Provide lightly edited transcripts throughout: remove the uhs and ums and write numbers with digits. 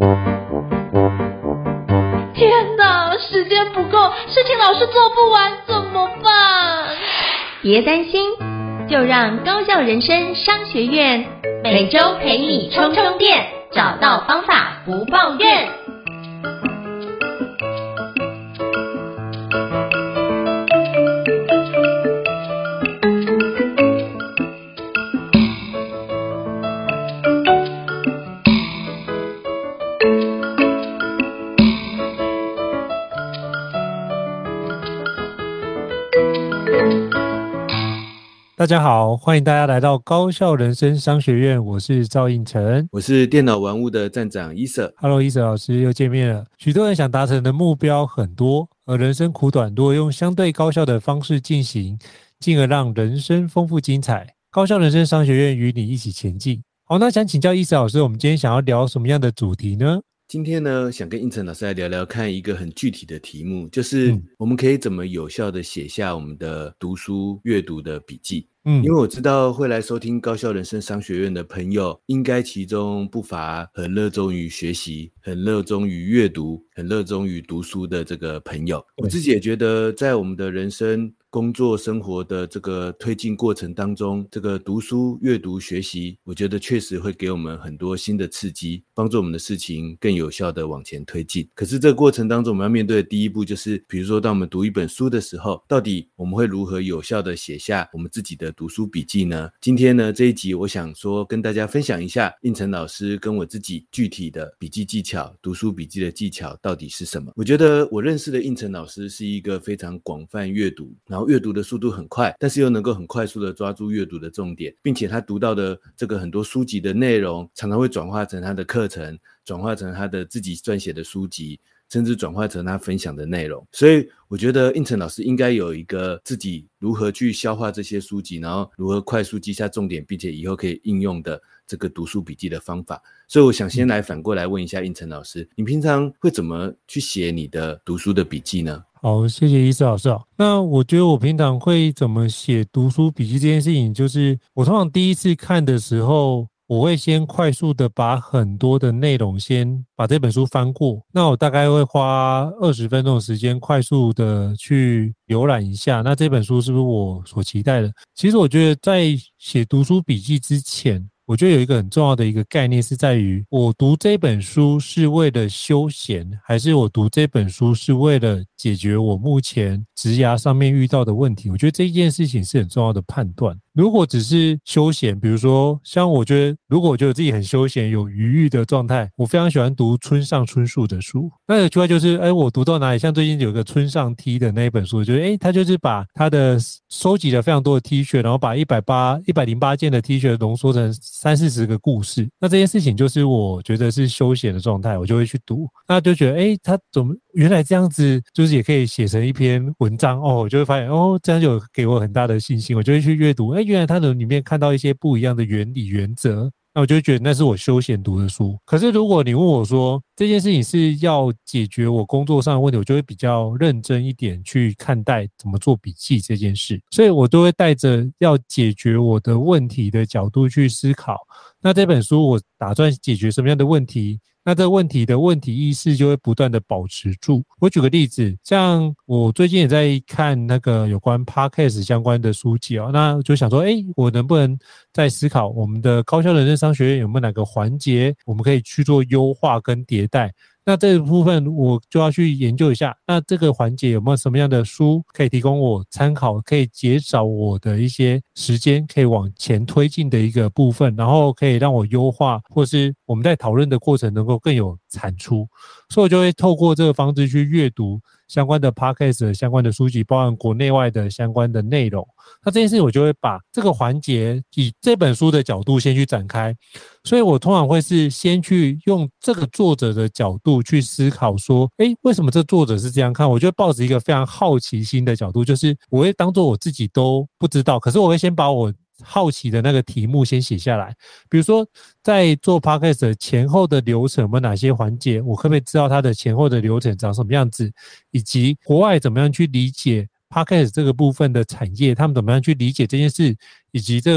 天哪，时间不够，事情老是做不完，怎么办？ 别担心，就让高效人生商学院每周陪你充充电，找到方法不抱怨。 大家好，欢迎大家来到高效人生商学院，我是赵应成， 我是电脑玩物的站长伊瑟。 Hello， 伊瑟老师又见面了。许多人想达成的目标很多，而人生苦短，如果用相对高效的方式进行，进而让人生丰富精彩。高效人生商学院与你一起前进。好，那想请教伊瑟老师，我们今天想要聊什么样的主题呢？ 今天呢，想跟应成老师来聊聊看一个很具体的题目，就是我们可以怎么有效的写下我们的读书阅读的笔记。因为我知道会来收听高效人生商学院的朋友，应该其中不乏很热衷于学习、很热衷于阅读、很热衷于读书的这个朋友。我自己也觉得在我们的人生工作生活的这个推进过程当中，这个读书阅读学习，我觉得确实会给我们很多新的刺激，帮助我们的事情更有效的往前推进。可是这个过程当中我们要面对的第一步就是，比如说当我们读一本书的时候，到底我们会如何有效的写下我们自己的读书笔记呢？今天呢这一集我想说跟大家分享一下应成老师跟我自己具体的笔记技巧，读书笔记的技巧到底是什么。我觉得我认识的应成老师是一个非常广泛阅读，然后阅读的速度很快，但是又能够很快速的抓住阅读的重点，并且他读到的这个很多书籍的内容常常会转化成他的课程，转化成他的自己撰写的书籍，甚至转化成他分享的内容。所以我觉得应成老师应该有一个自己如何去消化这些书籍，然后如何快速记下重点，并且以后可以应用的这个读书笔记的方法。所以我想先来反过来问一下应成老师，你平常会怎么去写你的读书的笔记呢？ 好，谢谢伊瑟老师。那我觉得我平常会怎么写读书笔记这件事情，就是我通常第一次看的时候，我会先快速的把很多的内容先把这本书翻过，那我大概会花20分钟的时间快速的去浏览一下，那这本书是不是我所期待的。其实我觉得在写读书笔记之前，我觉得有一个很重要的一个概念是在于，我读这本书是为了休闲，还是我读这本书是为了解决我目前职涯上面遇到的问题。我觉得这件事情是很重要的判断。如果只是休闲，比如说像我觉得如果我觉得自己很休闲有余裕的状态，我非常喜欢读村上春树的书。那有机会就是我读到哪里，像最近有个村上 T 的那一本书，我觉得他就是把他的收集了非常多的 T 恤，然后把108件的 T 恤浓缩成30-40个故事。那这件事情就是我觉得是休闲的状态，我就会去读。那就觉得他怎么原来这样子就是也可以写成一篇文章我就会发现这样就给我很大的信心，我就会去阅读原来它的里面看到一些不一样的原理原则，那我就会觉得那是我休闲读的书。可是如果你问我说这件事情是要解决我工作上的问题，我就会比较认真一点去看待怎么做笔记这件事，所以我都会带着要解决我的问题的角度去思考。那这本书我打算解决什么样的问题，那这问题的问题意识就会不断的保持住。我举个例子，像我最近也在看那个有关 Podcast 相关的书籍那就想说我能不能在思考我们的高效人生商学院有没有哪个环节我们可以去做优化跟迭代。那这个部分我就要去研究一下，那这个环节有没有什么样的书可以提供我参考，可以减少我的一些时间可以往前推进的一个部分，然后可以让我优化，或是我们在讨论的过程能够更有产出。所以我就会透过这个方式去阅读相关的 podcast 相关的书籍，包含国内外的相关的内容。那这件事我就会把这个环节以这本书的角度先去展开，所以我通常会是先去用这个作者的角度去思考说为什么这作者是这样看。我就会抱着一个非常好奇心的角度，就是我会当作我自己都不知道，可是我会先把我好奇的那个题目先写下来。比如说在做 podcast 前后的流程有没有哪些环节，我可不可以知道它的前后的流程长什么样子，以及国外怎么样去理解 podcast 这个部分的产业，他们怎么样去理解这件事，以及这个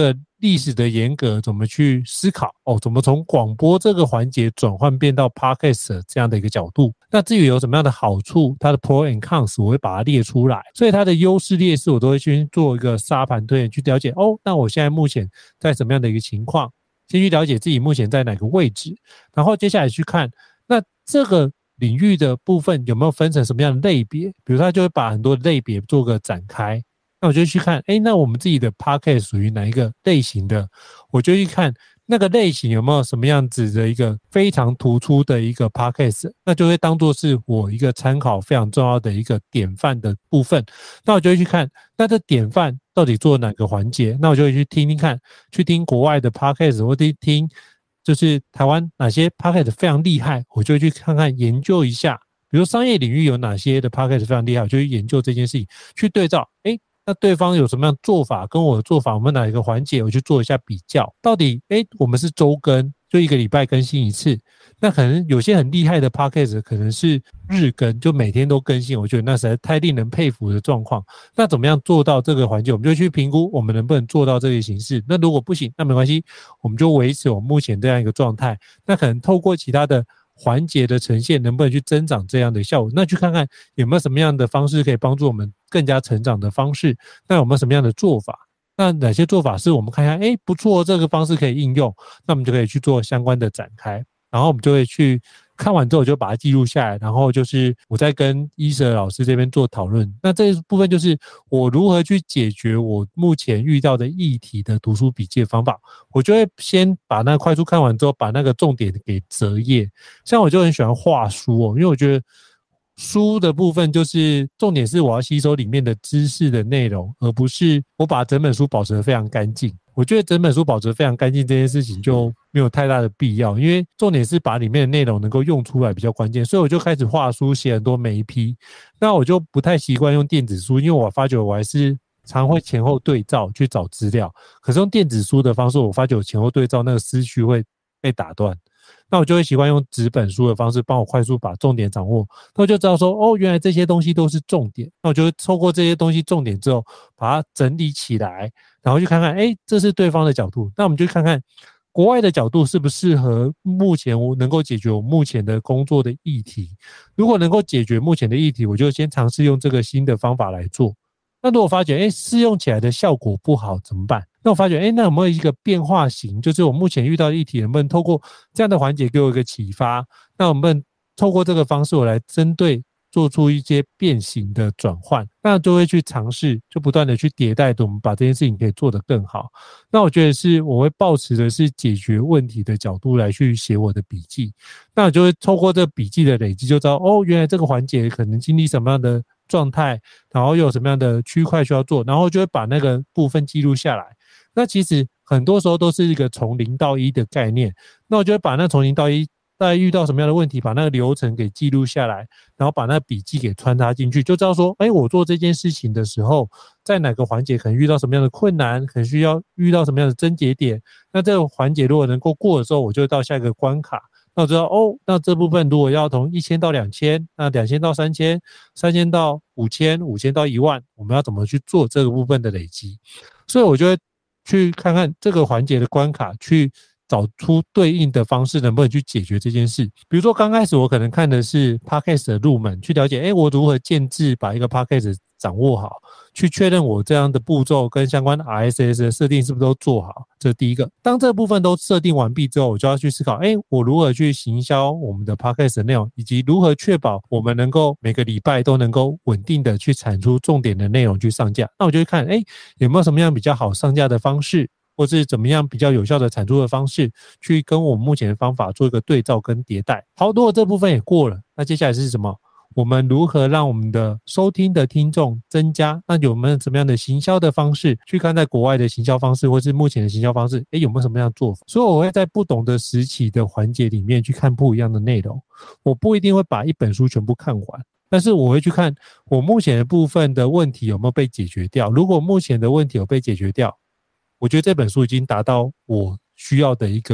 历史的沿革怎么去思考怎么从广播这个环节转换变到 Podcast 这样的一个角度。那至于有什么样的好处，它的 Pro and Cons 我会把它列出来，所以它的优势劣势我都会去做一个沙盘推演，去了解那我现在目前在什么样的一个情况，先去了解自己目前在哪个位置，然后接下来去看那这个领域的部分有没有分成什么样的类别，比如他就会把很多类别做个展开，那我就去看那我们自己的 Podcast 属于哪一个类型的，我就去看那个类型有没有什么样子的一个非常突出的一个 Podcast， 那就会当作是我一个参考非常重要的一个典范的部分。那我就会去看那这典范到底做哪个环节，那我就会去听听看，去听国外的 Podcast 或听就是台湾哪些 Podcast 非常厉害，我就会去看看研究一下，比如商业领域有哪些的 Podcast 非常厉害，我就去研究这件事情，去对照那对方有什么样的做法跟我的做法，我们哪一个环节我去做一下比较，到底我们是周更，就一个礼拜更新一次，那可能有些很厉害的 Podcast 可能是日更，就每天都更新，我觉得那实在太令人佩服的状况。那怎么样做到这个环节，我们就去评估我们能不能做到这个形式，那如果不行，那没关系，我们就维持我们目前这样一个状态，那可能透过其他的环节的呈现能不能去增长这样的效果，那去看看有没有什么样的方式可以帮助我们更加成长的方式，那有没有什么样的做法，那哪些做法是我们看一下不错，这个方式可以应用，那我们就可以去做相关的展开，然后我们就会去看完之后就把它记录下来，然后就是我再跟伊舍老师这边做讨论。那这一部分就是我如何去解决我目前遇到的议题的读书笔记的方法，我就会先把那快速看完之后把那个重点给折页，像我就很喜欢画书因为我觉得书的部分就是重点是我要吸收里面的知识的内容，而不是我把整本书保持得非常干净。我觉得整本书保持得非常干净这件事情就没有太大的必要，因为重点是把里面的内容能够用出来比较关键，所以我就开始画书，写很多每一批。那我就不太习惯用电子书，因为我发觉我还是常会前后对照去找资料，可是用电子书的方式，我发觉我前后对照那个思绪会被打断，那我就会习惯用纸本书的方式帮我快速把重点掌握，那我就知道说原来这些东西都是重点，那我就会透过这些东西重点之后把它整理起来，然后去看看这是对方的角度，那我们就看看国外的角度适不适合目前我能够解决我目前的工作的议题，如果能够解决目前的议题，我就先尝试用这个新的方法来做。那如果发觉试用起来的效果不好怎么办？那我发觉那有没有一个变化型，就是我目前遇到的议题能不能透过这样的环节给我一个启发，那我们透过这个方式我来针对做出一些变形的转换，那就会去尝试，就不断的去迭代，我们把这件事情可以做得更好。那我觉得是我会抱持的是解决问题的角度来去写我的笔记，那我就会透过这笔记的累积就知道原来这个环节可能经历什么样的状态，然后又有什么样的区块需要做，然后就会把那个部分记录下来。那其实很多时候都是一个从0到1的概念，那我就会把那从0到1大概遇到什么样的问题，把那个流程给记录下来，然后把那个笔记给穿插进去，就知道说我做这件事情的时候在哪个环节可能遇到什么样的困难，可能需要遇到什么样的症结点，那这个环节如果能够过的时候，我就会到下一个关卡，那我知道那这部分如果要从1000到2000，那2000到3000， 3000到5000， 5000到10000，我们要怎么去做这个部分的累积，所以我就会去看看这个环节的关卡，去找出对应的方式能不能去解决这件事。比如说刚开始我可能看的是 Podcast 的入门，去了解我如何建制把一个 Podcast 掌握好，去确认我这样的步骤跟相关的 RSS 的设定是不是都做好，这是第一个。当这部分都设定完毕之后，我就要去思考我如何去行销我们的 Podcast 的内容，以及如何确保我们能够每个礼拜都能够稳定的去产出重点的内容去上架。那我就会看有没有什么样比较好上架的方式，或是怎么样比较有效的产出的方式，去跟我们目前的方法做一个对照跟迭代。好，如果这部分也过了，那接下来是什么？我们如何让我们的收听的听众增加？那有没有什么样的行销的方式，去看在国外的行销方式或是目前的行销方式有没有什么样的做法？所以我会在不同的时期的环节里面去看不一样的内容，我不一定会把一本书全部看完，但是我会去看我目前的部分的问题有没有被解决掉。如果目前的问题有被解决掉，我觉得这本书已经达到我需要的一个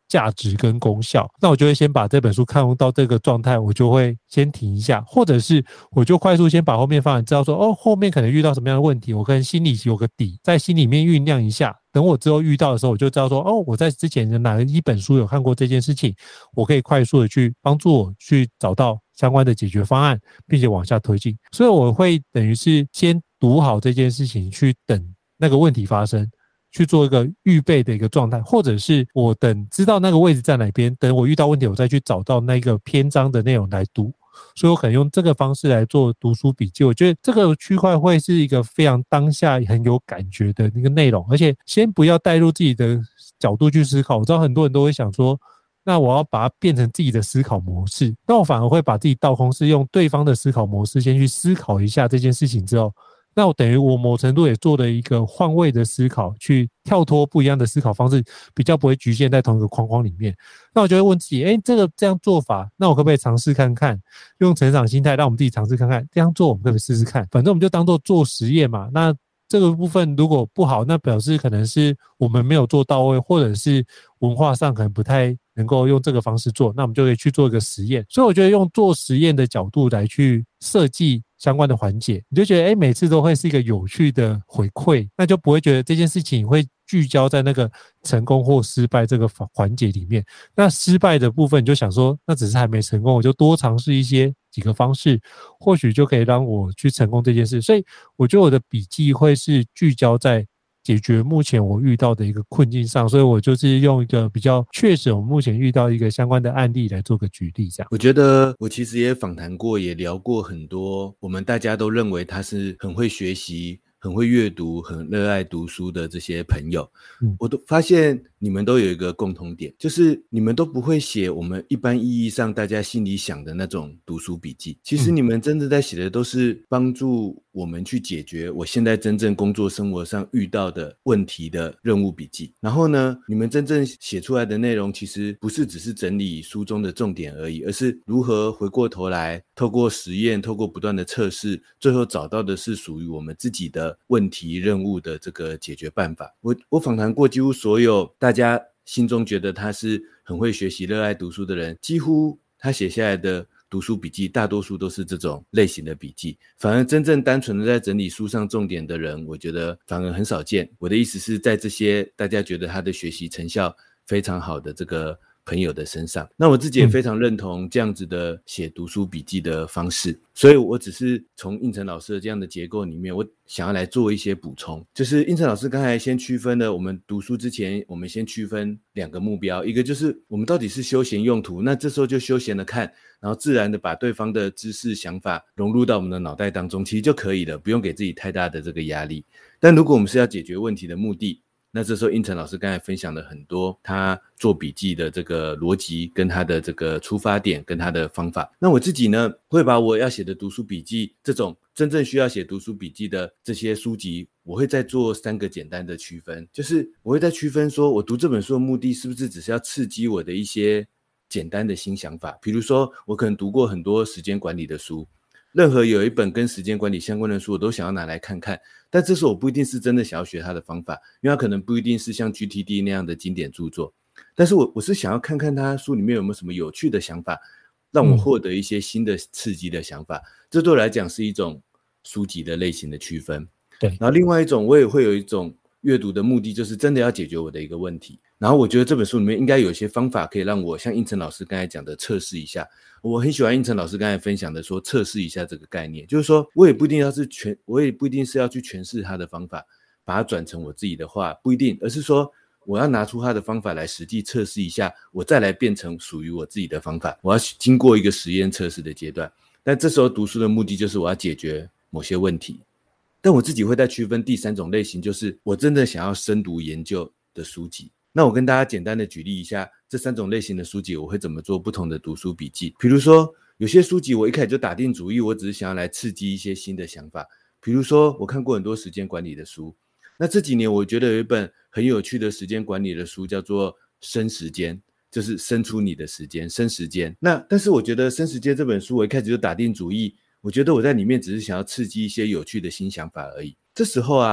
价值跟功效，那我就会先把这本书看到这个状态，我就会先停一下，或者是我就快速先把后面放完，知道说后面可能遇到什么样的问题，我可能心里有个底，在心里面酝酿一下，等我之后遇到的时候，我就知道说我在之前的哪一本书有看过这件事情，我可以快速的去帮助我去找到相关的解决方案，并且往下推进。所以我会等于是先读好这件事情，去等那个问题发生，去做一个预备的一个状态，或者是我等知道那个位置在哪边，等我遇到问题我再去找到那个篇章的内容来读。所以我可能用这个方式来做读书笔记，我觉得这个区块会是一个非常当下很有感觉的那个内容，而且先不要带入自己的角度去思考。我知道很多人都会想说，那我要把它变成自己的思考模式，那我反而会把自己倒空，是用对方的思考模式先去思考一下这件事情之后，那我等于我某程度也做了一个换位的思考，去跳脱不一样的思考方式，比较不会局限在同一个框框里面。那我就会问自己，这样做法，那我可不可以尝试看看？用成长心态让我们自己尝试看看，这样做我们可不可以试试看？反正我们就当做做实验嘛。那这个部分如果不好，那表示可能是我们没有做到位，或者是文化上可能不太能够用这个方式做，那我们就可以去做一个实验。所以我觉得用做实验的角度来去设计相关的环节，你就觉得每次都会是一个有趣的回馈，那就不会觉得这件事情会聚焦在那个成功或失败这个环节里面。那失败的部分你就想说，那只是还没成功，我就多尝试几个方式，或许就可以让我去成功这件事。所以我觉得我的笔记会是聚焦在解决目前我遇到的一个困境上，所以我就是用一个比较确实我目前遇到一个相关的案例来做个举例这样。 我觉得我其实也访谈过，也聊过很多我们大家都认为他是很会学习、很会阅读、很热爱读书的这些朋友，我都发现你们都有一个共同点，就是你们都不会写我们一般意义上大家心里想的那种读书笔记。其实你们真的在写的都是帮助我们去解决我现在真正工作生活上遇到的问题的任务笔记。然后呢，你们真正写出来的内容其实不是只是整理书中的重点而已，而是如何回过头来透过实验，透过不断的测试，最后找到的是属于我们自己的问题任务的这个解决办法。我访谈过几乎所有大家心中觉得他是很会学习、热爱读书的人，几乎他写下来的读书笔记大多数都是这种类型的笔记，反而真正单纯的在整理书上重点的人，我觉得反而很少见。我的意思是在这些大家觉得他的学习成效非常好的这个朋友的身上，那我自己也非常认同这样子的写读书笔记的方式，所以我只是从胤丞老师的这样的结构里面，我想要来做一些补充。就是胤丞老师刚才先区分了我们读书之前，我们先区分两个目标，一个就是我们到底是休闲用途，那这时候就休闲的看，然后自然的把对方的知识想法融入到我们的脑袋当中，其实就可以了，不用给自己太大的这个压力。但如果我们是要解决问题的目的，那这时候胤丞老师刚才分享了很多他做笔记的这个逻辑跟他的这个出发点跟他的方法。那我自己呢，会把我要写的读书笔记，这种真正需要写读书笔记的这些书籍，我会再做3个简单的区分。就是我会再区分说，我读这本书的目的是不是只是要刺激我的一些简单的新想法。比如说我可能读过很多时间管理的书，任何有一本跟时间管理相关的书我都想要拿来看看，但这时候我不一定是真的想要学他的方法，因为他可能不一定是像 GTD 那样的经典著作，但是我是想要看看他书里面有没有什么有趣的想法，让我获得一些新的刺激的想法，这对我来讲是一种书籍的类型的区分。对，然后另外一种我也会有一种阅读的目的，就是真的要解决我的一个问题，然后我觉得这本书里面应该有一些方法可以让我像胤丞老师刚才讲的测试一下。我很喜欢胤丞老师刚才分享的说测试一下这个概念，就是说我也不一定是要去诠释他的方法把它转成我自己的话，不一定，而是说我要拿出他的方法来实际测试一下，我再来变成属于我自己的方法，我要经过一个实验测试的阶段。但这时候读书的目的就是我要解决某些问题。但我自己会再区分第3种类型，就是我真的想要深读研究的书籍。那我跟大家简单的举例一下这3种类型的书籍我会怎么做不同的读书笔记。比如说有些书籍我一开始就打定主意，我只是想要来刺激一些新的想法。比如说我看过很多时间管理的书，那这几年我觉得有一本很有趣的时间管理的书叫做生时间，就是生出你的时间，生时间。但是我觉得生时间这本书我一开始就打定主意，我觉得我在里面只是想要刺激一些有趣的新想法而已。这时候啊，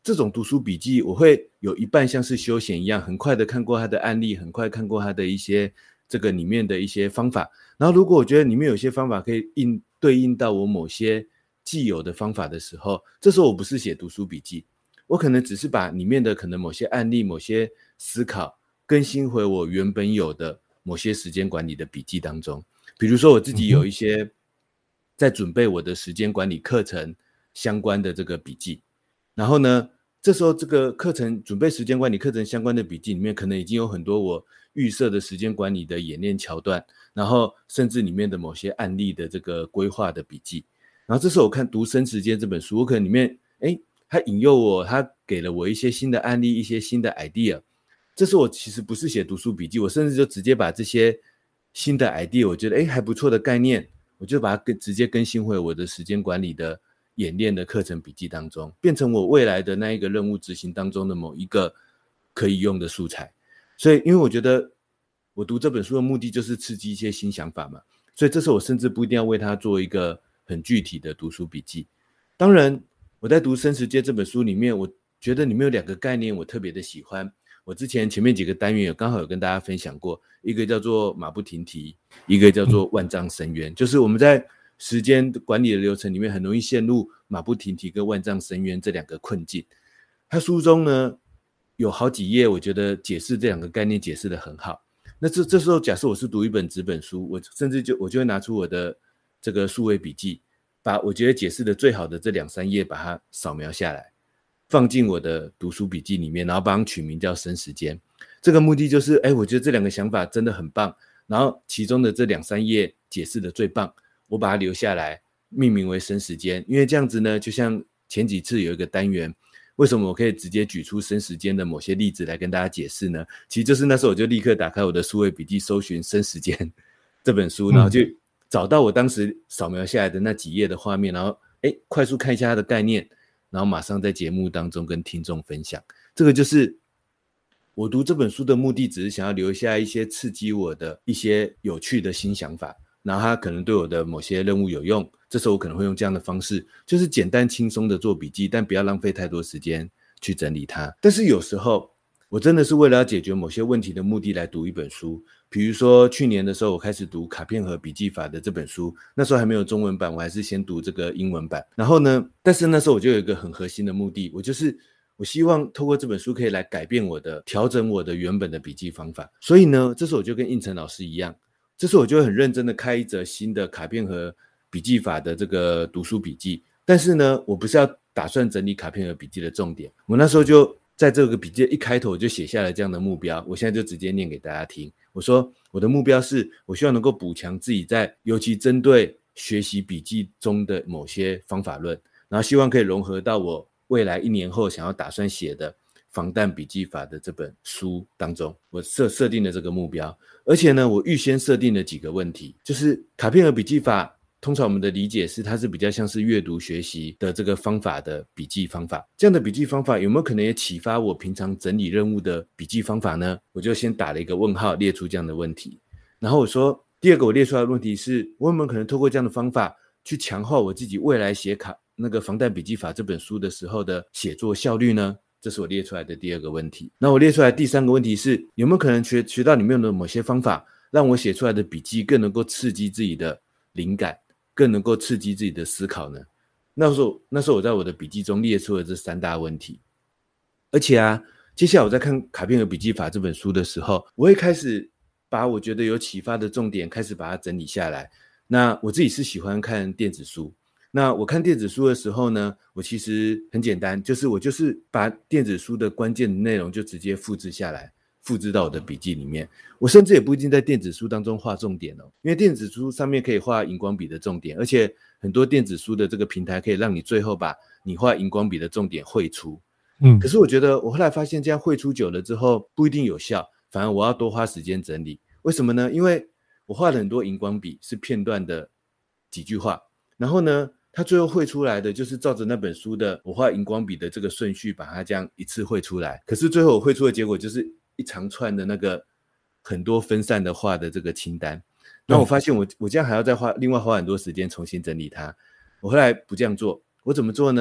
这种读书笔记我会有一半像是休闲一样，很快的看过他的案例，很快看过他的一些这个里面的一些方法，然后如果我觉得里面有些方法可以对应到我某些既有的方法的时候，这时候我不是写读书笔记，我可能只是把里面的可能某些案例、某些思考更新回我原本有的某些时间管理的笔记当中。比如说我自己有一些在准备我的时间管理课程相关的这个笔记，然后呢这时候这个课程准备时间管理课程相关的笔记里面可能已经有很多我预设的时间管理的演练桥段，然后甚至里面的某些案例的这个规划的笔记。然后这时候我看读生时间这本书，我可能里面他引诱我，他给了我一些新的案例，一些新的 idea， 这是我其实不是写读书笔记，我甚至就直接把这些新的 idea 我觉得还不错的概念，我就把它直接更新回我的时间管理的演练的课程笔记当中，变成我未来的那一个任务执行当中的某一个可以用的素材。所以因为我觉得我读这本书的目的就是刺激一些新想法嘛，所以这时候我甚至不一定要为它做一个很具体的读书笔记。当然我在读生时间这本书里面，我觉得里面有2个概念我特别的喜欢，我之前前面几个单元刚好有跟大家分享过，一个叫做马不停蹄，一个叫做万丈深渊，就是我们在时间管理的流程里面很容易陷入马不停蹄跟万丈深渊这2个困境。他书中呢有好几页我觉得解释这2个概念解释得很好。那这时候假设我是读一本纸本书，我甚至我就会拿出我的这个数位笔记，把我觉得解释的最好的这2-3页把它扫描下来，放进我的读书笔记里面，然后帮它取名叫生时间。这个目的就是我觉得这2个想法真的很棒，然后其中的这2-3页解释的最棒，我把它留下来命名为生时间。因为这样子呢，就像前几次有一个单元，为什么我可以直接举出生时间的某些例子来跟大家解释呢？其实就是那时候我就立刻打开我的数位笔记，搜寻生时间这本书，然后就找到我当时扫描下来的那几页的画面，然后快速看一下它的概念，然后马上在节目当中跟听众分享。这个就是我读这本书的目的，只是想要留下一些刺激我的一些有趣的新想法，然后它可能对我的某些任务有用，这时候我可能会用这样的方式，就是简单轻松的做笔记，但不要浪费太多时间去整理它。但是有时候我真的是为了要解决某些问题的目的来读一本书，比如说去年的时候我开始读卡片和笔记法的这本书，那时候还没有中文版，我还是先读这个英文版。然后呢，但是那时候我就有一个很核心的目的，我希望透过这本书可以来改变调整我的原本的笔记方法。所以呢，这时候我就跟应成老师一样，这时候我就很认真的开一则新的卡片和笔记法的这个读书笔记。但是呢，我不是要打算整理卡片和笔记的重点，我那时候就在这个笔记一开头我就写下了这样的目标，我现在就直接念给大家听。我说我的目标是我希望能够补强自己在尤其针对学习笔记中的某些方法论，然后希望可以融合到我未来1年后想要打算写的防弹笔记法的这本书当中。我设定了这个目标，而且呢我预先设定了几个问题，就是卡片和笔记法通常我们的理解是它是比较像是阅读学习的这个方法的笔记方法，这样的笔记方法有没有可能也启发我平常整理任务的笔记方法呢？我就先打了一个问号，列出这样的问题。然后我说第2个我列出来的问题是，我有没有可能透过这样的方法去强化我自己未来写那个防弹笔记法这本书的时候的写作效率呢？这是我列出来的第2个问题。那我列出来第3个问题是，有没有可能学到里面的某些方法让我写出来的笔记更能够刺激自己的灵感，更能够刺激自己的思考呢？那时候我在我的笔记中列出了这3大问题。而且接下来我在看卡片和笔记法这本书的时候，我会开始把我觉得有启发的重点开始把它整理下来。那我自己是喜欢看电子书，那我看电子书的时候呢，我其实很简单，我就是把电子书的关键的内容就直接复制下来，复制到我的笔记里面。我甚至也不一定在电子书当中画重点因为电子书上面可以画荧光笔的重点，而且很多电子书的这个平台可以让你最后把你画荧光笔的重点绘出。可是我觉得我后来发现这样绘出久了之后不一定有效，反而我要多花时间整理。为什么呢？因为我画了很多荧光笔是片段的几句话，然后呢它最后绘出来的就是照着那本书的我画荧光笔的这个顺序把它这样一次绘出来，可是最后我绘出的结果就是一长串的那个很多分散的画的这个清单。那我发现我这样还要再另外花很多时间重新整理它。我后来不这样做，我怎么做呢？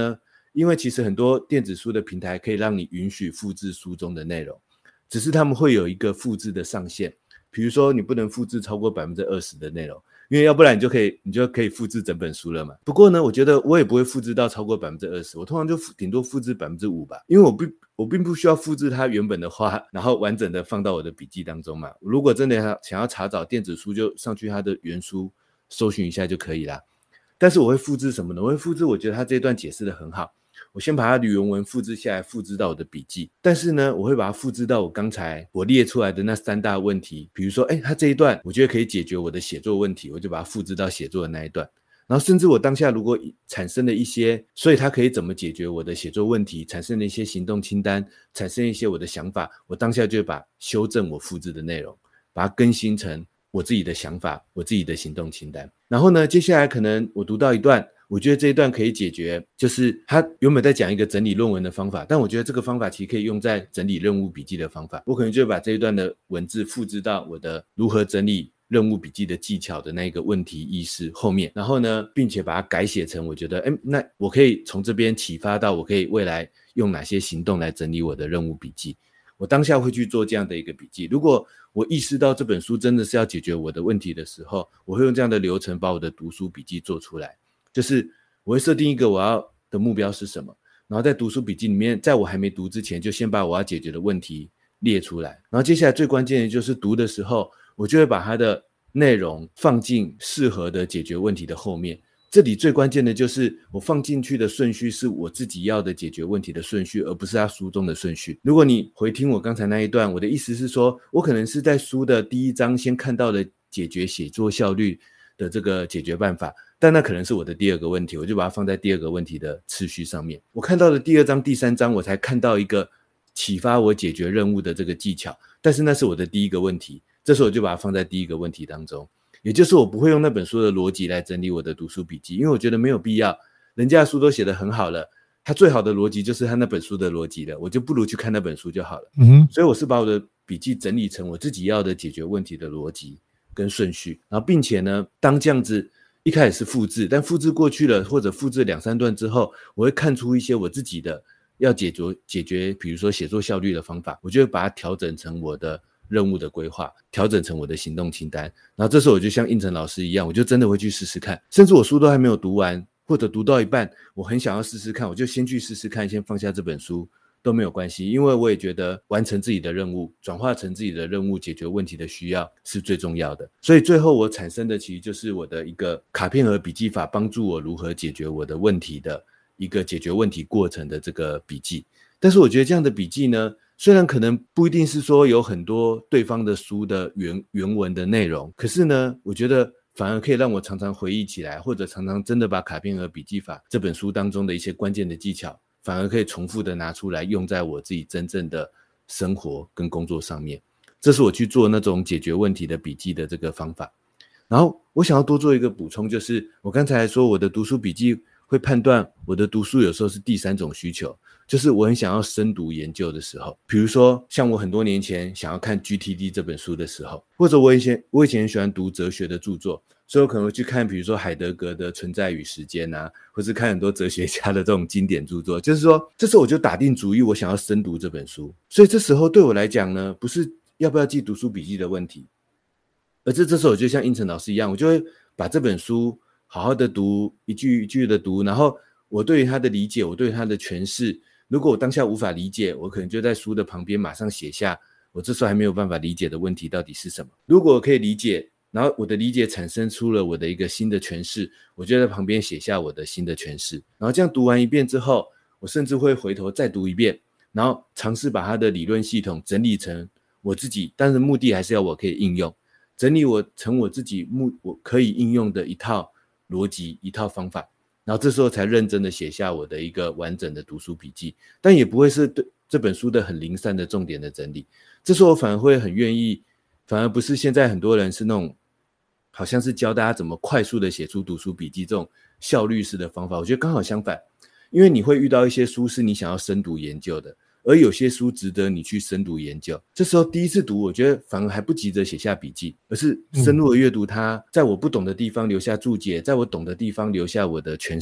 因为其实很多电子书的平台可以让你允许复制书中的内容，只是他们会有一个复制的上限，比如说你不能复制超过 20% 的内容，因为要不然你就可以复制整本书了嘛。不过呢，我觉得我也不会复制到超过 20%， 我通常就顶多复制 5% 吧，因为我并不需要复制它原本的话，然后完整的放到我的笔记当中嘛。如果真的想要查找电子书，就上去它的原书搜寻一下就可以啦。但是我会复制什么呢？我会复制我觉得它这一段解释的很好，我先把它的原文复制下来，复制到我的笔记。但是呢，我会把它复制到我刚才列出来的那3大问题，比如说它这一段我觉得可以解决我的写作问题，我就把它复制到写作的那一段。然后甚至我当下如果产生了一些，所以它可以怎么解决我的写作问题，产生了一些行动清单，产生一些我的想法，我当下就会把修正我复制的内容，把它更新成我自己的想法，我自己的行动清单。然后呢，接下来可能我读到一段，我觉得这一段可以解决，就是他原本在讲一个整理论文的方法，但我觉得这个方法其实可以用在整理任务笔记的方法，我可能就会把这一段的文字复制到我的如何整理任务笔记的技巧的那个问题意识后面，然后呢，并且把它改写成我觉得那我可以从这边启发到我可以未来用哪些行动来整理我的任务笔记。我当下会去做这样的一个笔记。如果我意识到这本书真的是要解决我的问题的时候，我会用这样的流程把我的读书笔记做出来，就是我会设定一个我要的目标是什么，然后在读书笔记里面，在我还没读之前就先把我要解决的问题列出来，然后接下来最关键的就是读的时候，我就会把它的内容放进适合的解决问题的后面。这里最关键的就是我放进去的顺序是我自己要的解决问题的顺序，而不是他书中的顺序。如果你回听我刚才那一段，我的意思是说，我可能是在书的第1章先看到了解决写作效率的这个解决办法，但那可能是我的第2个问题，我就把它放在第2个问题的次序上面。我看到了第2章第3章，我才看到一个启发我解决任务的这个技巧，但是那是我的第1个问题，这时候我就把它放在第1个问题当中。也就是我不会用那本书的逻辑来整理我的读书笔记，因为我觉得没有必要，人家的书都写得很好了，他最好的逻辑就是他那本书的逻辑了，我就不如去看那本书就好了。所以我是把我的笔记整理成我自己要的解决问题的逻辑跟顺序，然后并且呢，当这样子一开始是复制，但复制过去了或者复制2-3段之后，我会看出一些我自己的要解决比如说写作效率的方法，我就会把它调整成我的任务的规划，调整成我的行动清单。然后这时候我就像应成老师一样，我就真的会去试试看，甚至我书都还没有读完，或者读到一半我很想要试试看，我就先去试试看，先放下这本书都没有关系，因为我也觉得完成自己的任务，转化成自己的任务，解决问题的需要是最重要的。所以最后我产生的其实就是我的一个卡片和笔记法，帮助我如何解决我的问题的一个解决问题过程的这个笔记。但是我觉得这样的笔记呢，虽然可能不一定是说有很多对方的书的原文的内容，可是呢，我觉得反而可以让我常常回忆起来，或者常常真的把卡片和笔记法这本书当中的一些关键的技巧，反而可以重复的拿出来用在我自己真正的生活跟工作上面。这是我去做那种解决问题的笔记的这个方法。然后我想要多做一个补充，就是我刚才说我的读书笔记会判断我的读书有时候是第3种需求，就是我很想要深读研究的时候，比如说像我很多年前想要看 GTD 这本书的时候，或者我以前很喜欢读哲学的著作，所以我可能会去看比如说海德格的存在与时间啊，或是看很多哲学家的这种经典著作，就是说这时候我就打定主意我想要深读这本书。所以这时候对我来讲呢，不是要不要记读书笔记的问题，而这时候我就像应成老师一样，我就会把这本书好好的读，一句一句的读，然后我对于他的理解，我对于他的诠释，如果我当下无法理解，我可能就在书的旁边马上写下我这时候还没有办法理解的问题到底是什么。如果我可以理解，然后我的理解产生出了我的一个新的诠释，我就在旁边写下我的新的诠释。然后这样读完一遍之后，我甚至会回头再读一遍，然后尝试把它的理论系统整理成我自己，但是目的还是要我可以应用，整理成我自己我可以应用的一套逻辑，一套方法，然后这时候才认真的写下我的一个完整的读书笔记，但也不会是对这本书的很零散的重点的整理。这时候我反而会很愿意，反而不是现在很多人是那种好像是教大家怎么快速的写出读书笔记这种效率式的方法，我觉得刚好相反，因为你会遇到一些书是你想要深读研究的，而有些书值得你去深读研究。这时候第一次读，我觉得反而还不急着写下笔记，而是深入的阅读它，在我不懂的地方留下注解，在我懂的地方留下我的诠释，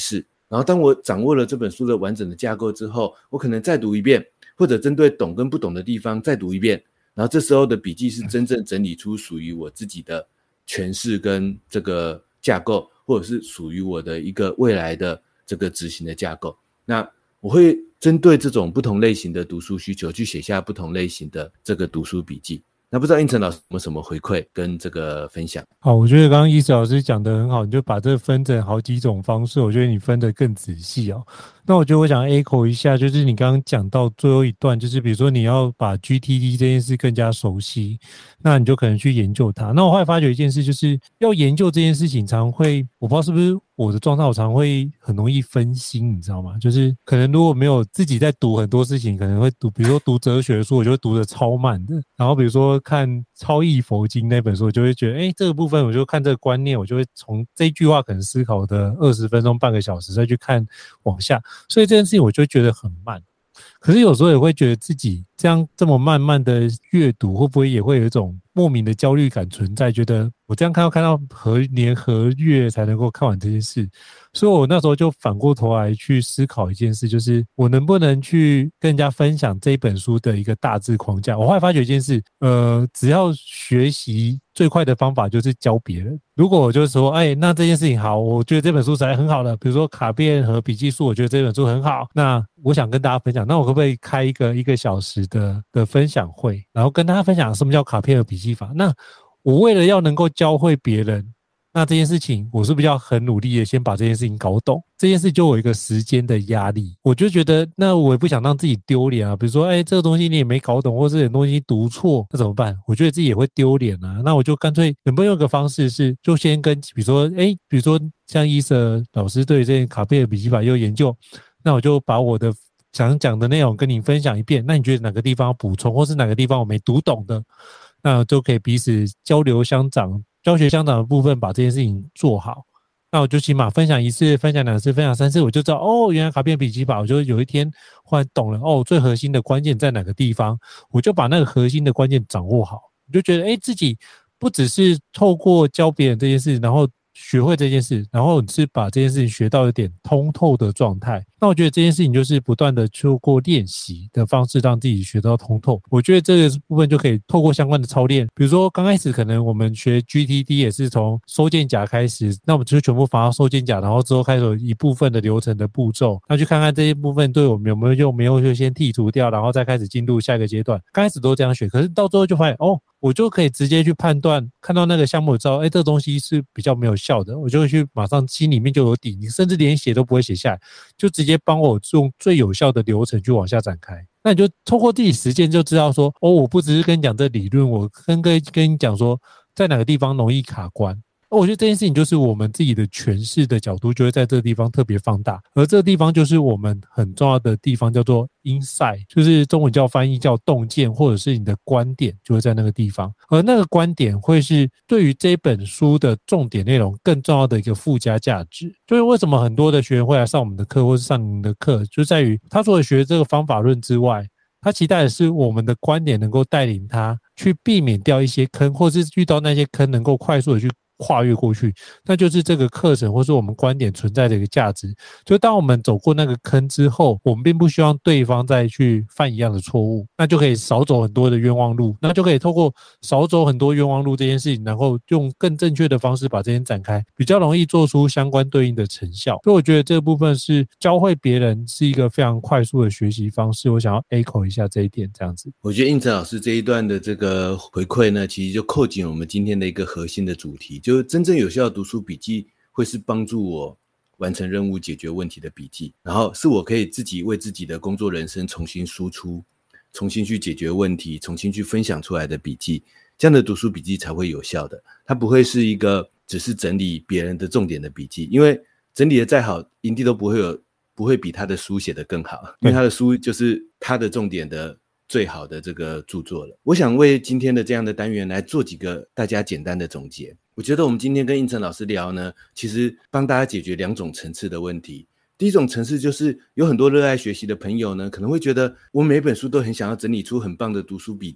然后当我掌握了这本书的完整的架构之后，我可能再读一遍，或者针对懂跟不懂的地方再读一遍，然后这时候的笔记是真正整理出属于我自己的诠释跟这个架构，或者是属于我的一个未来的这个执行的架构。那我会针对这种不同类型的读书需求去写下不同类型的这个读书笔记。那不知道胤丞老师有没有什么回馈跟这个分享？ 好，我觉得刚刚伊慈老师讲得很好，你就把这分成好几种方式，我觉得你分得更仔细哦。那我觉得我想 echo 一下，就是你刚刚讲到最后一段，就是比如说你要把 GTD 这件事更加熟悉，那你就可能去研究它。那我后来发觉一件事，就是要研究这件事情，常会我不知道是不是我的状态，我常会很容易分心，你知道吗？就是可能如果没有自己在读很多事情，可能会读，比如说读哲学书，我就会读得超慢的。然后比如说看《超译佛经》那本书，我就会觉得，这个部分我就看这个观念，我就会从这句话可能思考的20分钟、半个小时，再去看往下。所以这件事情我就觉得很慢，可是有时候也会觉得自己这么慢慢的阅读，会不会也会有一种莫名的焦虑感存在，觉得我这样看到何年何月才能够看完这件事。所以我那时候就反过头来去思考一件事，就是我能不能去跟人家分享这一本书的一个大致框架。我后来发觉一件事，只要学习最快的方法就是教别人。如果我就说那这件事情好，我觉得这本书实在很好的，比如说卡片和笔记书，我觉得这本书很好，那我想跟大家分享，那我可不可以开一个小时的分享会，然后跟大家分享什么叫卡片和笔记法。那我为了要能够教会别人，那这件事情我是不是要很努力的先把这件事情搞懂？这件事就有一个时间的压力，我就觉得那我也不想让自己丢脸啊，比如说这个东西你也没搞懂，或者这点东西读错，那怎么办？我觉得自己也会丢脸啊。那我就干脆能不能用一个方式是，就先跟比如说像伊瑟老师对这卡片的笔记法有研究，那我就把我的想讲的内容跟你分享一遍，那你觉得哪个地方要补充，或是哪个地方我没读懂的，那就可以彼此交流相长，教学相长的部分把这件事情做好。那我就起码分享1次，分享2次，分享3次，我就知道原来卡片笔记法，我就有一天忽然懂了最核心的关键在哪个地方，我就把那个核心的关键掌握好，我就觉得自己不只是透过教别人这件事，然后学会这件事，然后是把这件事情学到一点通透的状态。那我觉得这件事情就是不断的透过练习的方式让自己学到通透。我觉得这个部分就可以透过相关的操练，比如说刚开始可能我们学 GTD 也是从收件夹开始，那我们就全部放到收件夹，然后之后开始有一部分的流程的步骤，那去看看这一部分对我们有没有用，没有就先剔除掉，然后再开始进入下一个阶段。刚开始都这样学，可是到最后就发现我就可以直接去判断，看到那个项目知道这个东西是比较没有效的，我就会去马上心里面就有底，你甚至连写都不会写下来，就直接帮我用最有效的流程去往下展开。那你就透过自己实践就知道说我不只是跟你讲这理论，我跟你讲说在哪个地方容易卡关。我觉得这件事情就是我们自己的诠释的角度就会在这个地方特别放大，而这个地方就是我们很重要的地方，叫做 insight， 就是中文叫翻译叫洞见，或者是你的观点就会在那个地方，而那个观点会是对于这本书的重点内容更重要的一个附加价值。就是为什么很多的学员会来上我们的课或是上你们的课，就在于他除了学这个方法论之外，他期待的是我们的观点能够带领他去避免掉一些坑，或是遇到那些坑能够快速的去跨越过去，那就是这个课程或是我们观点存在的一个价值。就当我们走过那个坑之后，我们并不希望对方再去犯一样的错误，那就可以少走很多的冤枉路，那就可以透过少走很多冤枉路这件事情，然后用更正确的方式把这件展开，比较容易做出相关对应的成效。所以我觉得这个部分是教会别人是一个非常快速的学习方式，我想要 echo 一下这一点这样子。 我觉得胤丞老师这一段的这个回馈呢，其实就扣紧我们今天的一个核心的主题，就是真正有效的读书笔记会是帮助我完成任务解决问题的笔记，然后是我可以自己为自己的工作人生重新输出，重新去解决问题，重新去分享出来的笔记，这样的读书笔记才会有效的。它不会是一个只是整理别人的重点的笔记，因为整理的再好，营地都不会比他的书写得更好，因为他的书就是他的重点的最好的这个著作了。我想为今天的这样的单元来做几个大家简单的总结。我觉得我们今天跟胤丞老师聊呢，其实帮大家解决2种层次的问题。第一种层次就是有很多热爱学习的朋友呢，可能会觉得我每本书都很想要整理出很棒的读书笔记，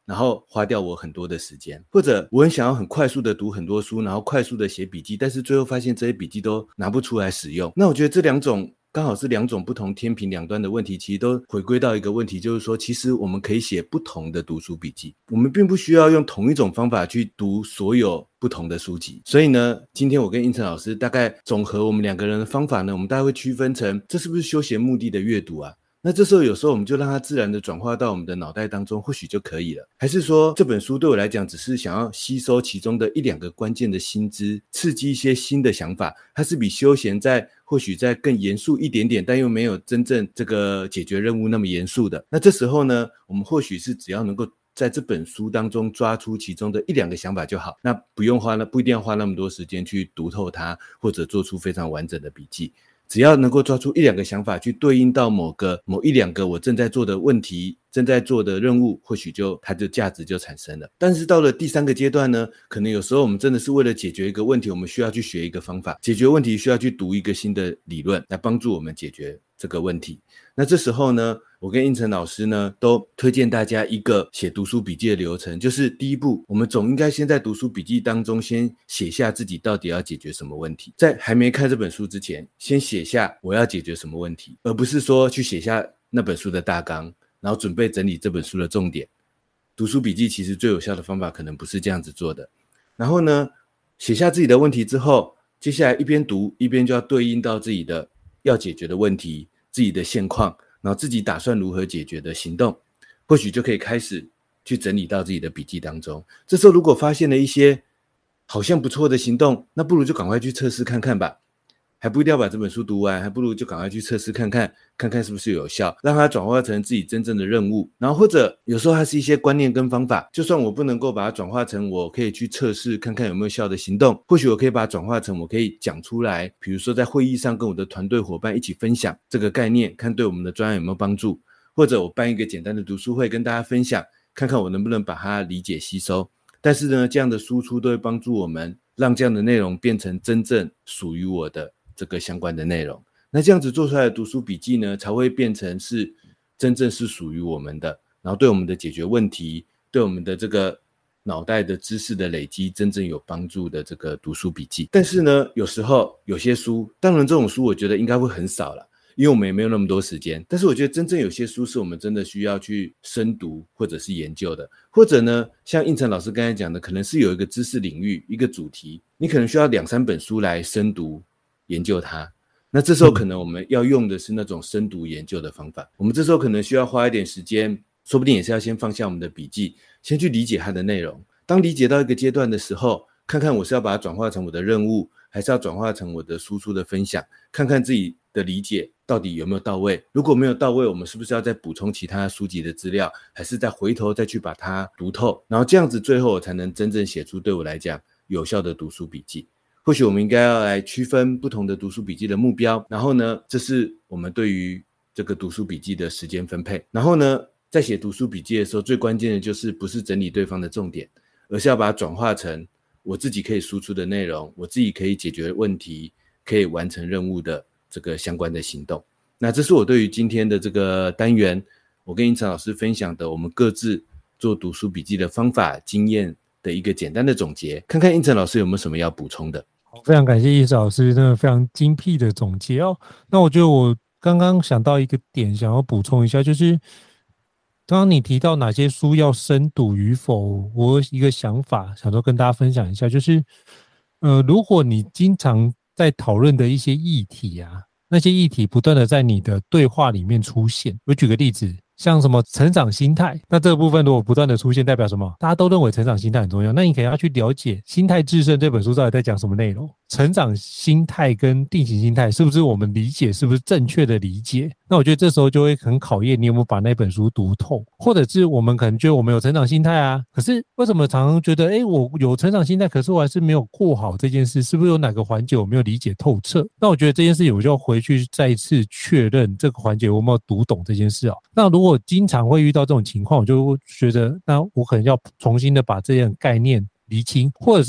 然后花掉我很多的时间，或者我很想要很快速的读很多书，然后快速的写笔记，但是最后发现这些笔记都拿不出来使用。那我觉得这两种刚好是两种不同天平两端的问题，其实都回归到一个问题，就是说其实我们可以写不同的读书笔记，我们并不需要用同一种方法去读所有不同的书籍。所以呢，今天我跟应成老师大概总和我们两个人的方法呢，我们大概会区分成这是不是休闲目的的阅读啊？那这时候有时候我们就让它自然的转化到我们的脑袋当中，或许就可以了。还是说这本书对我来讲只是想要吸收其中的一两个关键的新知，刺激一些新的想法，它是比休闲或许在更严肃一点点，但又没有真正这个解决任务那么严肃的。那这时候呢，我们或许是只要能够在这本书当中抓出其中的一两个想法就好，那不一定要花那么多时间去读透它，或者做出非常完整的笔记。只要能够抓出一两个想法去对应到某一两个我正在做的问题，正在做的任务，或许它的价值就产生了。但是到了第三个阶段呢，可能有时候我们真的是为了解决一个问题，我们需要去学一个方法，解决问题需要去读一个新的理论来帮助我们解决这个问题。那这时候呢，我跟应成老师呢都推荐大家一个写读书笔记的流程，就是第一步，我们总应该先在读书笔记当中先写下自己到底要解决什么问题，在还没看这本书之前，先写下我要解决什么问题，而不是说去写下那本书的大纲，然后准备整理这本书的重点。读书笔记其实最有效的方法可能不是这样子做的。然后呢，写下自己的问题之后，接下来一边读一边就要对应到自己的要解决的问题，自己的现况，然后自己打算如何解决的行动，或许就可以开始去整理到自己的笔记当中。这时候如果发现了一些好像不错的行动，那不如就赶快去测试看看吧。还不一定要把这本书读完，还不如就赶快去测试看看是不是有效，让它转化成自己真正的任务。然后或者有时候它是一些观念跟方法，就算我不能够把它转化成我可以去测试看看有没有效的行动，或许我可以把它转化成我可以讲出来，比如说在会议上跟我的团队伙伴一起分享这个概念，看对我们的专案有没有帮助，或者我办一个简单的读书会跟大家分享，看看我能不能把它理解吸收。但是呢，这样的输出都会帮助我们让这样的内容变成真正属于我的这个相关的内容。那这样子做出来的读书笔记呢，才会变成是真正是属于我们的，然后对我们的解决问题，对我们的这个脑袋的知识的累积真正有帮助的这个读书笔记。但是呢，有时候有些书，当然这种书我觉得应该会很少了，因为我们也没有那么多时间，但是我觉得真正有些书是我们真的需要去深读或者是研究的，或者呢，像应成老师刚才讲的，可能是有一个知识领域一个主题，你可能需要2-3本书来深读研究它。那这时候可能我们要用的是那种深读研究的方法，我们这时候可能需要花一点时间，说不定也是要先放下我们的笔记，先去理解它的内容。当理解到一个阶段的时候，看看我是要把它转化成我的任务，还是要转化成我的输出的分享，看看自己的理解到底有没有到位。如果没有到位，我们是不是要再补充其他书籍的资料，还是再回头再去把它读透，然后这样子最后我才能真正写出对我来讲有效的读书笔记。或许我们应该要来区分不同的读书笔记的目标，然后呢，这是我们对于这个读书笔记的时间分配。然后呢，在写读书笔记的时候，最关键的就是不是整理对方的重点，而是要把它转化成我自己可以输出的内容，我自己可以解决问题，可以完成任务的这个相关的行动。那这是我对于今天的这个单元，我跟应成老师分享的我们各自做读书笔记的方法经验的一个简单的总结，看看应成老师有没有什么要补充的。 非常感谢应成老师真的非常精辟的总结哦。那我觉得我刚刚想到一个点想要补充一下，就是刚刚你提到哪些书要深读与否，我有一个想法想说跟大家分享一下，就是如果你经常在讨论的一些议题啊，那些议题不断的在你的对话里面出现，我举个例子，像什么成长心态，那这个部分如果不断的出现，代表什么？大家都认为成长心态很重要，那你可能要去了解《心态致胜》这本书到底在讲什么内容，成长心态跟定型心态是不是我们理解，是不是正确的理解？那我觉得这时候就会很考验你有没有把那本书读透，或者是我们可能觉得我们有成长心态啊，可是为什么常常觉得我有成长心态，可是我还是没有过好这件事，是不是有哪个环节我没有理解透彻？那我觉得这件事情我就要回去再一次确认这个环节我有没有读懂这件事哦。那如果经常会遇到这种情况，我就觉得那我可能要重新的把这样概念厘清，或者是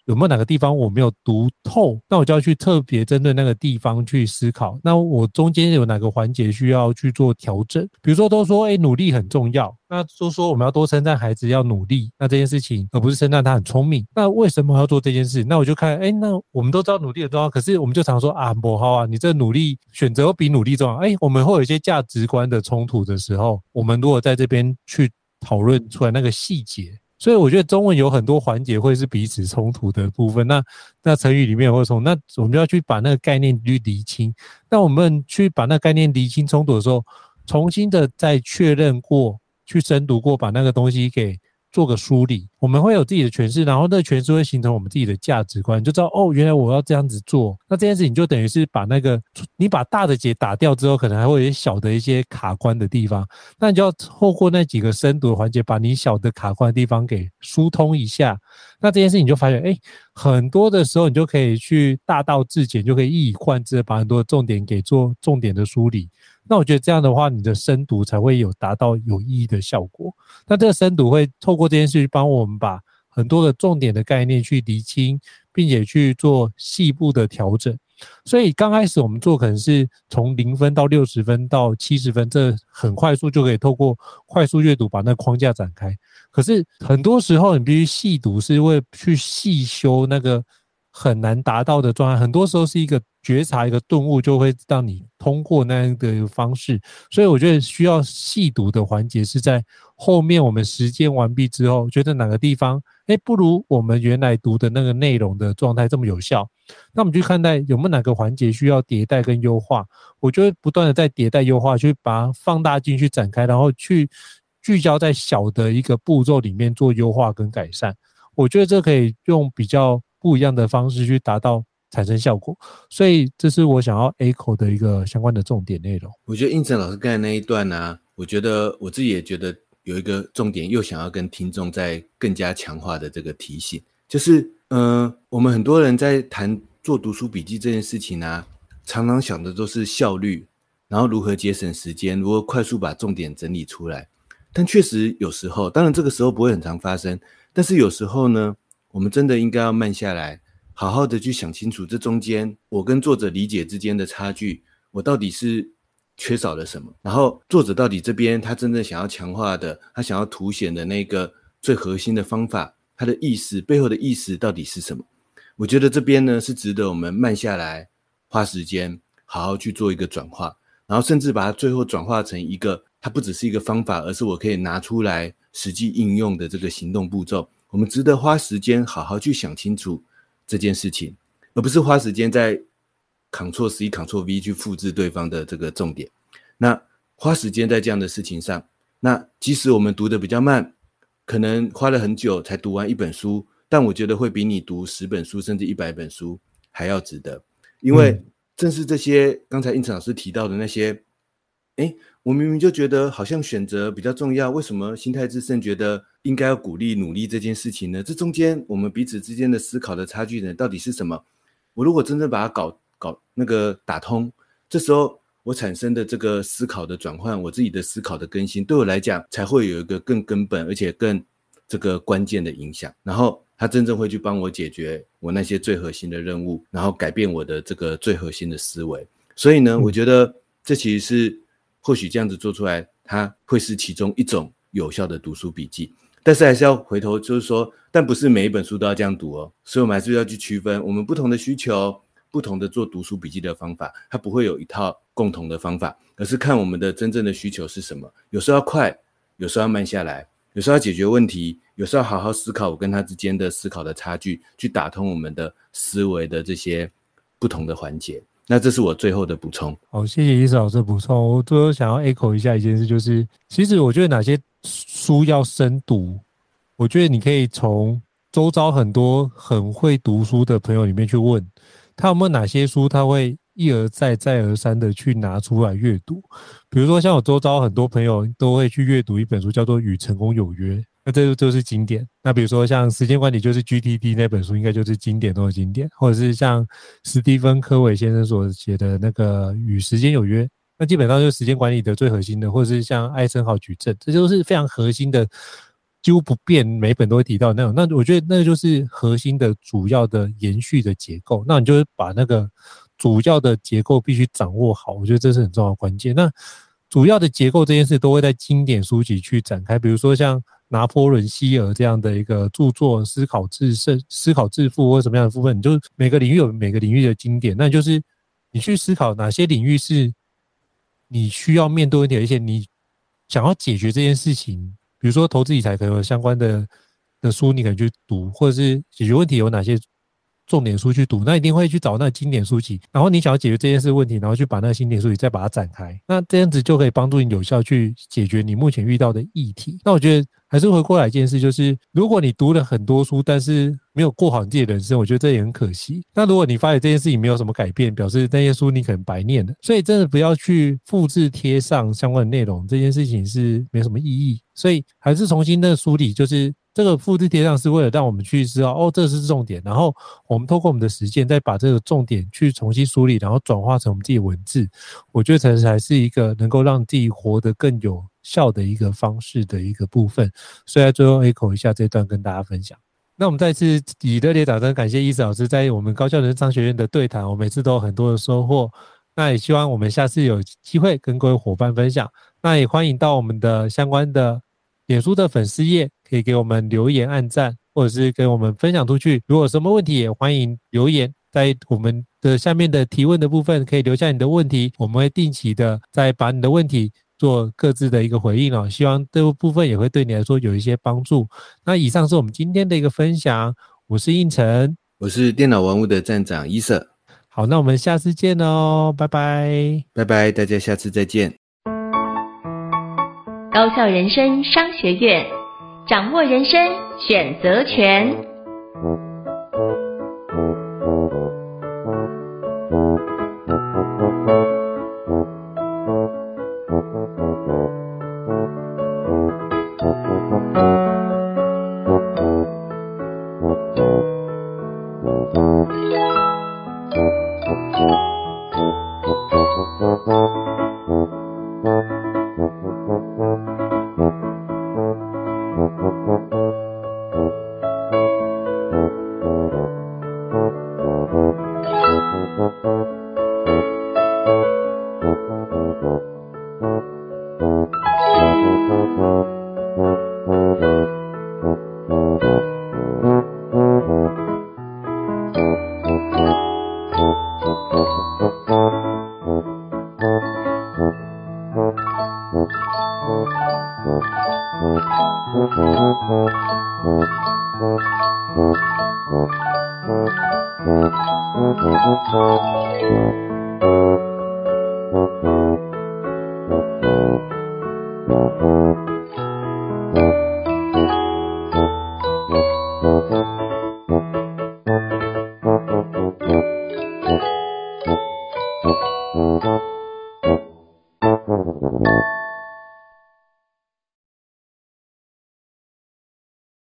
有没有哪个地方我没有读透，那我就要去特别针对那个地方去思考，那我中间有哪个环节需要去做调整。比如说都说努力很重要，那都说我们要多称赞孩子要努力，那这件事情而不是称赞他很聪明，那为什么要做这件事？那我就看那我们都知道努力很重要，可是我们就常说不好啊，你这努力选择比努力重要。我们会有一些价值观的冲突的时候，我们如果在这边去讨论出来那个细节，所以我觉得中文有很多环节会是彼此冲突的部分，那成语里面会冲，那我们就要去把那个概念去厘清。那我们去把那个概念厘清冲突的时候，重新的再确认过，去深读过，把那个东西给做个梳理，我们会有自己的诠释，然后那个诠释会形成我们自己的价值观，就知道原来我要这样子做。那这件事情就等于是把那个你把大的结打掉之后，可能还会有一些小的一些卡关的地方，那你就要透过那几个深读的环节，把你小的卡关的地方给疏通一下。那这件事情你就发现很多的时候你就可以去大道至简，就可以一以贯之的把很多的重点给做重点的梳理。那我觉得这样的话，你的深读才会有达到有意义的效果。那这个深读会透过这件事去帮我们把很多的重点的概念去厘清，并且去做细部的调整。所以刚开始我们做可能是从0分到60分到70分，这很快速就可以透过快速阅读把那个框架展开。可是很多时候你必须细读，是为去细修那个很难达到的状态，很多时候是一个觉察，一个顿悟，就会让你通过那样的方式。所以我觉得需要细读的环节是在后面我们实践完毕之后，觉得哪个地方不如我们原来读的那个内容的状态这么有效，那我们去看待有没有哪个环节需要迭代跟优化。我就会不断的在迭代优化，去把它放大镜去展开，然后去聚焦在小的一个步骤里面做优化跟改善。我觉得这可以用比较不一样的方式去达到产生效果，所以这是我想要 echo 的一个相关的重点内容。 我觉得应成老师刚才那一段啊，我觉得我自己也觉得有一个重点，又想要跟听众再更加强化的这个提醒，就是我们很多人在谈做读书笔记这件事情啊，常常想的都是效率，然后如何节省时间，如何快速把重点整理出来。但确实有时候，当然这个时候不会很常发生，但是有时候呢，我们真的应该要慢下来，好好的去想清楚这中间我跟作者理解之间的差距，我到底是缺少了什么，然后作者到底这边他真正想要强化的，他想要凸显的那个最核心的方法，他的意思背后的意思到底是什么。我觉得这边呢是值得我们慢下来，花时间好好去做一个转化，然后甚至把它最后转化成一个，它不只是一个方法，而是我可以拿出来实际应用的这个行动步骤。我们值得花时间好好去想清楚这件事情，而不是花时间在 Ctrl+C、Ctrl+V 去复制对方的这个重点。那花时间在这样的事情上，那即使我们读得比较慢，可能花了很久才读完一本书，但我觉得会比你读10本书甚至100本书还要值得。因为正是这些刚才应成老师提到的那些，我明明就觉得好像选择比较重要，为什么心态致胜觉得应该要鼓励努力这件事情呢？这中间我们彼此之间的思考的差距呢，到底是什么？我如果真正把它搞那个打通，这时候我产生的这个思考的转换，我自己的思考的更新，对我来讲才会有一个更根本而且更这个关键的影响，然后它真正会去帮我解决我那些最核心的任务，然后改变我的这个最核心的思维。所以呢，我觉得这其实是或许这样子做出来，它会是其中一种有效的读书笔记。但是还是要回头就是说，但不是每一本书都要这样读哦，所以我们还是要去区分我们不同的需求，不同的做读书笔记的方法，它不会有一套共同的方法，而是看我们的真正的需求是什么。有时候要快，有时候要慢下来，有时候要解决问题，有时候要好好思考我跟他之间的思考的差距，去打通我们的思维的这些不同的环节。那这是我最后的补充。 好，谢谢伊斯老师的补充。我最后想要 echo 一下一件事，就是其实我觉得哪些书要深读，我觉得你可以从周遭很多很会读书的朋友里面去问他有没有哪些书他会一而再再而三的去拿出来阅读。比如说像我周遭很多朋友都会去阅读一本书叫做《与成功有约》，那这就是经典。那比如说像时间管理就是 GTD 那本书应该就是经典中的经典，或者是像史蒂芬科维先生所写的那个《与时间有约》，那基本上就是时间管理的最核心的，或者是像艾森豪矩阵，这就是非常核心的几乎不变，每本都会提到那种，那我觉得那就是核心的主要的延续的结构，那你就把那个主要的结构必须掌握好，我觉得这是很重要的关键。那主要的结构这件事都会在经典书籍去展开，比如说像拿破仑希尔这样的一个著作，思考致富或什么样的部分，你就每个领域有每个领域的经典，那就是你去思考哪些领域是你需要面对问题，而且你想要解决这件事情，比如说投资理财可能有相关的书你可能去读，或者是解决问题有哪些重点书去读，那一定会去找那个经典书籍，然后你想要解决这件事问题，然后去把那个经典书籍再把它展开，那这样子就可以帮助你有效去解决你目前遇到的议题。那我觉得还是回过来一件事，就是如果你读了很多书，但是没有过好你自己的人生，我觉得这也很可惜。那如果你发现这件事情没有什么改变，表示那些书你可能白念了，所以真的不要去复制贴上相关的内容，这件事情是没什么意义。所以还是重新的梳理，就是这个复制贴上是为了让我们去知道哦，这是重点，然后我们透过我们的实践再把这个重点去重新梳理，然后转化成我们自己的文字，我觉得才是一个能够让自己活得更有效的一个方式的一个部分。所以在最后 echo 一下这段跟大家分享。那我们再次以热烈掌声感谢伊思老师在我们高效人生商学院的对谈，我每次都有很多的收获。那也希望我们下次有机会跟各位伙伴分享。那也欢迎到我们的相关的脸书的粉丝页，可以给我们留言按赞，或者是给我们分享出去。如果有什么问题也欢迎留言，在我们的下面的提问的部分可以留下你的问题，我们会定期的再把你的问题做各自的一个回应哦，希望这个部分也会对你来说有一些帮助。那以上是我们今天的一个分享，我是应成， 我是电脑玩物的站长伊瑟。 好，那我们下次见哦，拜拜， 拜拜，大家下次再见。 高效人生商学院，掌握人生选择权。